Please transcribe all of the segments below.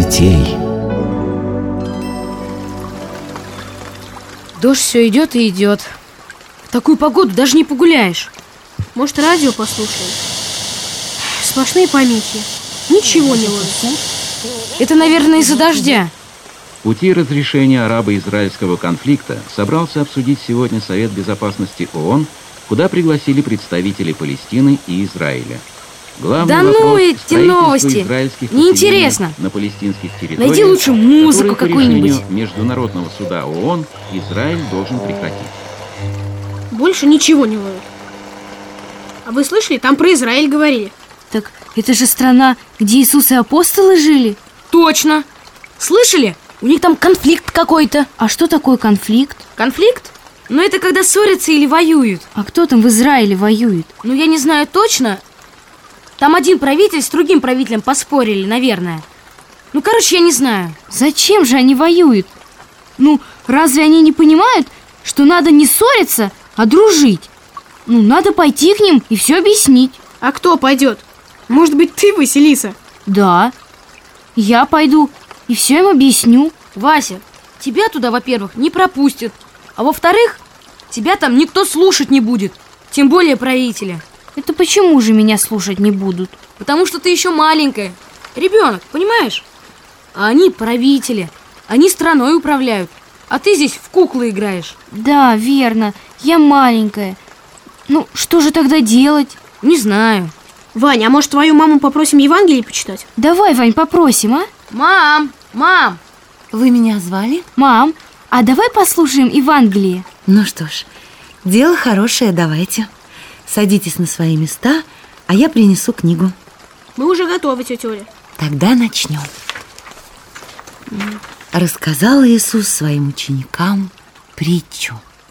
детей. Дождь все идет и идет. В такую погоду даже не погуляешь. Может, радио послушаем? Сплошные помехи. Ничего не ловит. Это, наверное, из-за дождя. Пути разрешения арабо-израильского конфликта собрался обсудить сегодня Совет Безопасности ООН, куда пригласили представителей Палестины и Израиля. Главный да ну вопрос эти новости! израильских неинтересно. На палестинских территориях, найди лучше музыку по какую-нибудь. решению Международного суда ООН Израиль должен прекратить. Больше ничего не ловит. А вы слышали, там про Израиль говорили. Так это же страна, где Иисус и апостолы жили. Точно! Слышали? У них там конфликт какой-то. А что такое конфликт? Конфликт? Ну это когда ссорятся или воюют. А кто там в Израиле воюет? Ну я не знаю точно. Там один правитель с другим правителем поспорили, наверное. Ну короче, я не знаю. Зачем же они воюют? Ну разве они не понимают, что надо не ссориться, а дружить? Ну надо пойти к ним и все объяснить. А кто пойдет? Может быть, ты, Василиса? Да, я пойду и все им объясню. Вася, тебя туда, во-первых, не пропустят. А во-вторых, тебя там никто слушать не будет. Тем более правителя. Это почему же меня слушать не будут? Потому что ты еще маленькая. Ребенок, понимаешь? А они правители. Они страной управляют. А ты здесь в куклы играешь. Да, верно, я маленькая. Ну, что же тогда делать? Не знаю. Ваня, а может, твою маму попросим Евангелие почитать? Давай, Вань, попросим, а? Мам! Вы меня звали? Мам, а давай послушаем Евангелие. Ну что ж, дело хорошее, давайте. Садитесь на свои места, а я принесу книгу. Мы уже готовы, тетя Оля. Тогда начнем. Рассказал Иисус своим ученикам притчу.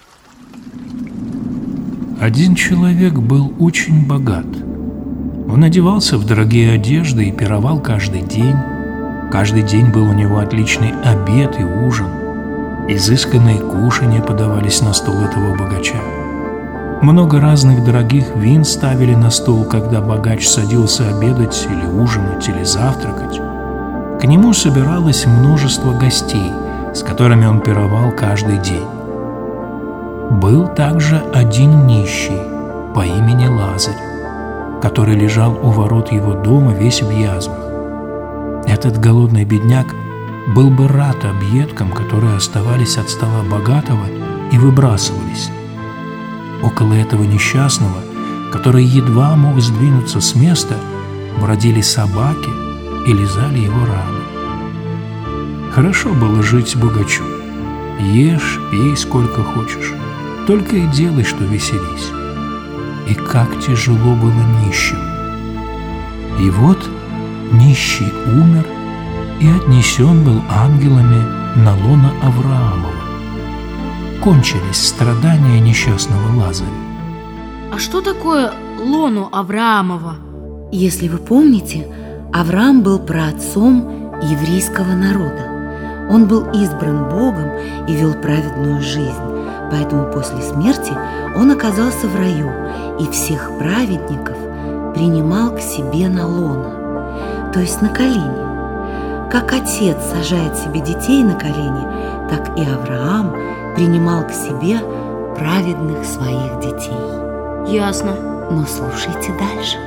Один человек был очень богат. Он одевался в дорогие одежды и пировал каждый день. Каждый день был у него отличный обед и ужин. Изысканные кушанья подавались на стол этого богача. Много разных дорогих вин ставили на стол, когда богач садился обедать или ужинать, или завтракать. К нему собиралось множество гостей, с которыми он пировал каждый день. Был также один нищий по имени Лазарь, который лежал у ворот его дома весь в язвах. Этот голодный бедняк был бы рад объедкам, которые оставались от стола богатого и выбрасывались. Около этого несчастного, который едва мог сдвинуться с места, бродили собаки и лизали его раны. Хорошо было жить богачу. Ешь, пей сколько хочешь, только и делай, что веселись. И как тяжело было нищим. И вот нищий умер и отнесен был ангелами на лоно Авраамова. Кончились страдания несчастного Лазаря. А что такое лоно Авраамова? Если вы помните, Авраам был праотцом еврейского народа. Он был избран Богом и вел праведную жизнь, поэтому после смерти он оказался в раю и всех праведников принимал к себе на лоно, то есть на колени. Как отец сажает себе детей на колени, так и Авраам принимал к себе праведных своих детей. Ясно. Но слушайте дальше.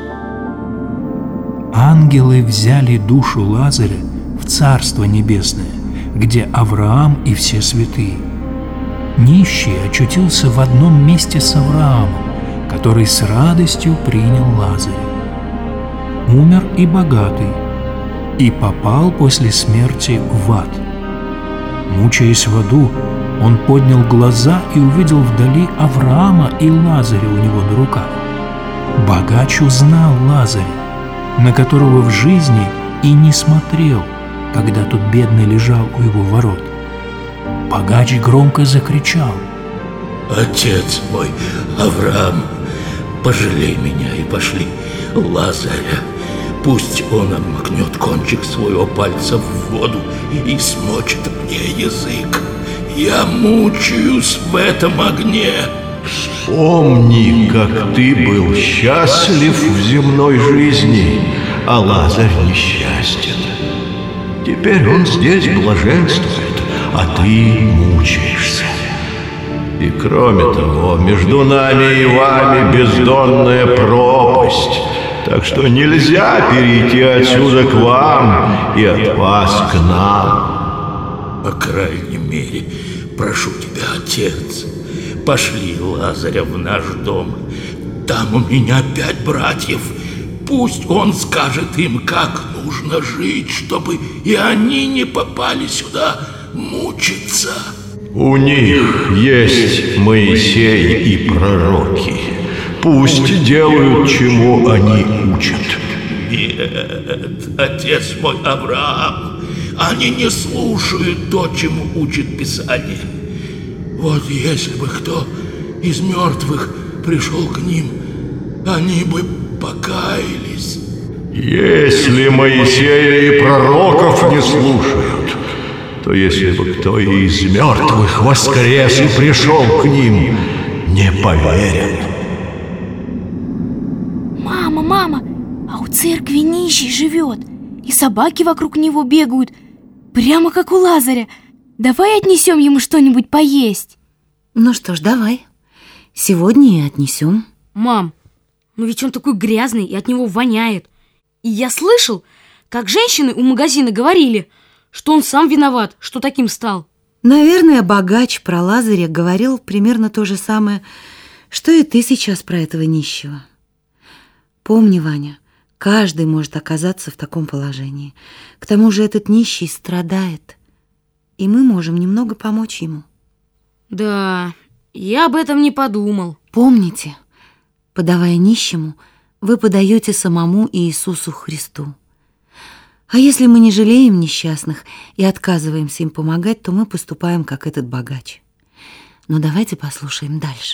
Ангелы взяли душу Лазаря в Царство Небесное, где Авраам и все святые. Нищий очутился в одном месте с Авраамом, который с радостью принял Лазаря. Умер и богатый, и попал после смерти в ад. Мучаясь в аду, он поднял глаза и увидел вдали Авраама и Лазаря у него на руках. Богач узнал Лазаря, на которого в жизни и не смотрел, когда тот бедный лежал у его ворот. Богач громко закричал: «Отец мой, Авраам, пожалей меня и пошли Лазаря. Пусть он обмакнет кончик своего пальца в воду и смочит мне язык. Я мучаюсь в этом огне». Вспомни, как ты был счастлив в земной жизни, а Лазарь несчастен. Теперь он здесь блаженствует, а ты мучаешься. И кроме того, между нами и вами бездонная пропасть, так что нельзя перейти отсюда к вам и от вас к нам. По крайней мере, прошу тебя, Отец, пошли Лазаря в наш дом. Там у меня 5 братьев. Пусть он скажет им, как нужно жить, чтобы и они не попали сюда мучиться. У них есть Моисей и пророки. Пусть делают, чему они учат. Нет, отец мой Авраам, они не слушают то, чему учит Писание. Вот если бы кто из мертвых пришел к ним, они бы покаялись. Если Моисея и пророков не слушают, то если бы кто из мертвых воскрес и пришел к ним, не поверят. Мама, а у церкви нищий живет, и собаки вокруг него бегают, прямо как у Лазаря. Давай отнесем ему что-нибудь поесть. Ну что ж, давай. Сегодня и отнесем. Мам, но ведь он такой грязный, и от него воняет. И я слышал, как женщины у магазина говорили, что он сам виноват, что таким стал. Наверное, богач про Лазаря говорил примерно то же самое, что и ты сейчас про этого нищего. Помни, Ваня, каждый может оказаться в таком положении. К тому же этот нищий страдает, и мы можем немного помочь ему. Да, я об этом не подумал. Помните, подавая нищему, вы подаете самому Иисусу Христу. А если мы не жалеем несчастных и отказываемся им помогать, то мы поступаем, как этот богач. Но давайте послушаем дальше.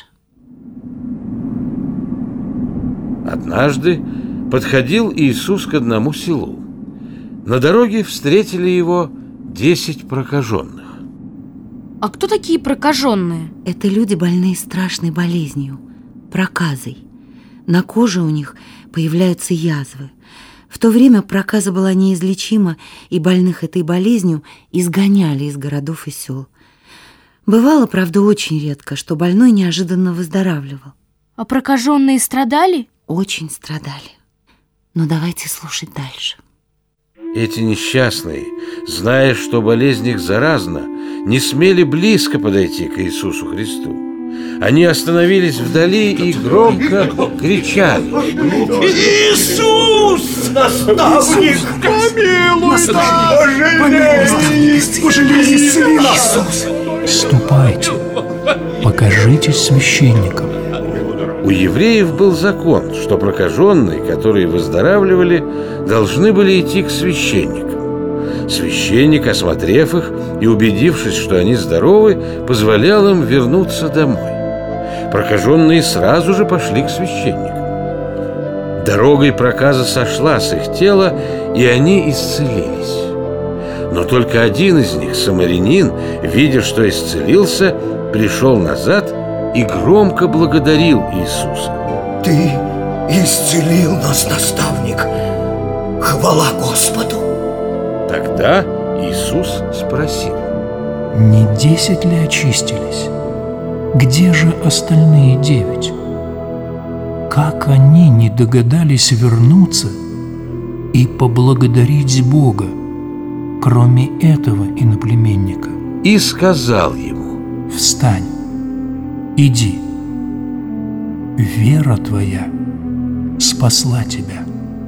Однажды подходил Иисус к одному селу. На дороге встретили его 10 прокаженных. А кто такие прокаженные? Это люди, больные страшной болезнью, проказой. На коже у них появляются язвы. В то время проказа была неизлечима, и больных этой болезнью изгоняли из городов и сел. Бывало, правда, очень редко, что больной неожиданно выздоравливал. А прокаженные страдали? Очень страдали. Но давайте слушать дальше. Эти несчастные, зная, что болезнь их заразна, не смели близко подойти к Иисусу Христу. Они остановились вдали и громко кричали: Иисус, наставник, пожалей, исцели нас! Ступайте, покажитесь священникам. У евреев был закон, что прокаженные, которые выздоравливали, должны были идти к священникам. Священник, осмотрев их и убедившись, что они здоровы, позволял им вернуться домой. Прокаженные сразу же пошли к священнику. Дорогой проказа сошла с их тела, и они исцелились. Но только один из них, самарянин, видя, что исцелился, пришел назад и громко благодарил Иисуса. Ты исцелил нас, наставник. Хвала Господу. Тогда Иисус спросил: Не 10 ли очистились? Где же остальные 9? Как они не догадались вернуться и поблагодарить Бога, кроме этого иноплеменника? И сказал ему: Встань, иди, вера твоя спасла тебя.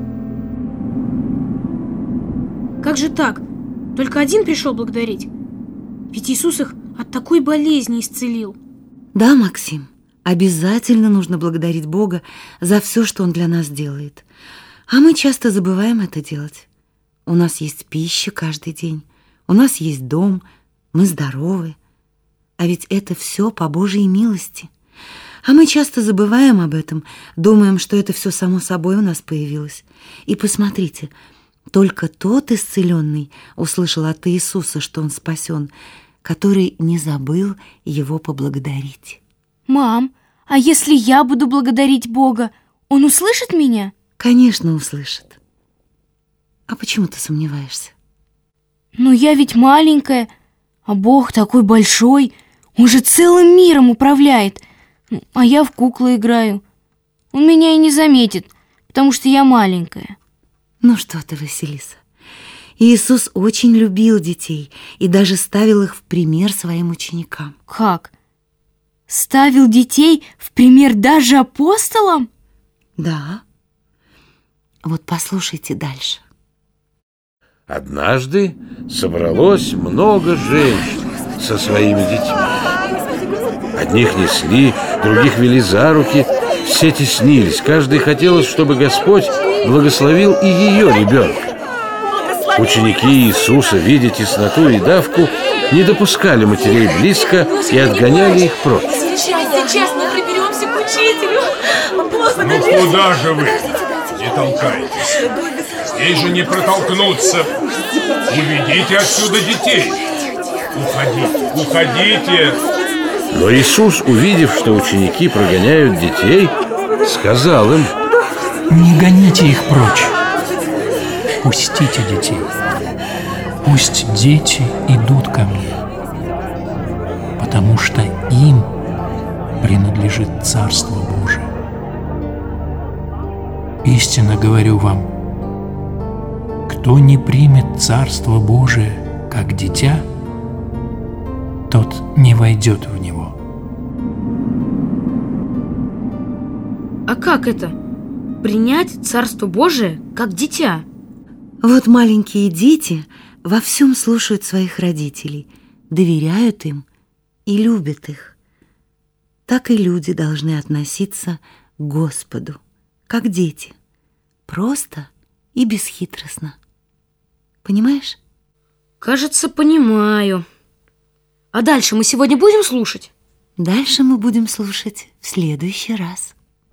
Как же так? Только один пришел благодарить? Ведь Иисус их от такой болезни исцелил. Да, Максим, обязательно нужно благодарить Бога за все, что Он для нас делает. А мы часто забываем это делать. У нас есть пища каждый день, у нас есть дом, мы здоровы. А ведь это все по Божьей милости. А мы часто забываем об этом, думаем, что это все само собой у нас появилось. И посмотрите, только тот исцеленный услышал от Иисуса, что он спасен, который не забыл его поблагодарить. Мам, а если я буду благодарить Бога, Он услышит меня? Конечно, услышит. А почему ты сомневаешься? Но я ведь маленькая, а Бог такой большой. Он же целым миром управляет. А я в куклы играю. Он меня и не заметит, потому что я маленькая. Ну что ты, Василиса, Иисус очень любил детей и даже ставил их в пример своим ученикам. Как? Ставил детей в пример даже апостолам? Да. Вот послушайте дальше. Однажды собралось много женщин со своими детьми. Одних несли, других вели за руки. Все теснились, каждой хотелось, чтобы Господь благословил и ее ребенка. Ученики Иисуса, видя тесноту и давку, не допускали матерей близко и отгоняли их прочь. Сейчас мы приберемся к учителю. Ну куда же вы? Не толкайтесь. Здесь же не протолкнуться. Уведите отсюда детей. Уходите, уходите. Но Иисус, увидев, что ученики прогоняют детей, сказал им: «Не гоните их прочь. Пустите детей. Пусть дети идут ко мне, потому что им принадлежит Царство Божие. Истинно говорю вам, кто не примет Царство Божие как дитя, тот не войдет в него». А как это? Принять Царство Божие как дитя? Вот маленькие дети во всем слушают своих родителей, доверяют им и любят их. Так и люди должны относиться к Господу, как дети, просто и бесхитростно. Понимаешь? Кажется, понимаю. А дальше мы сегодня будем слушать? Дальше мы будем слушать в следующий раз.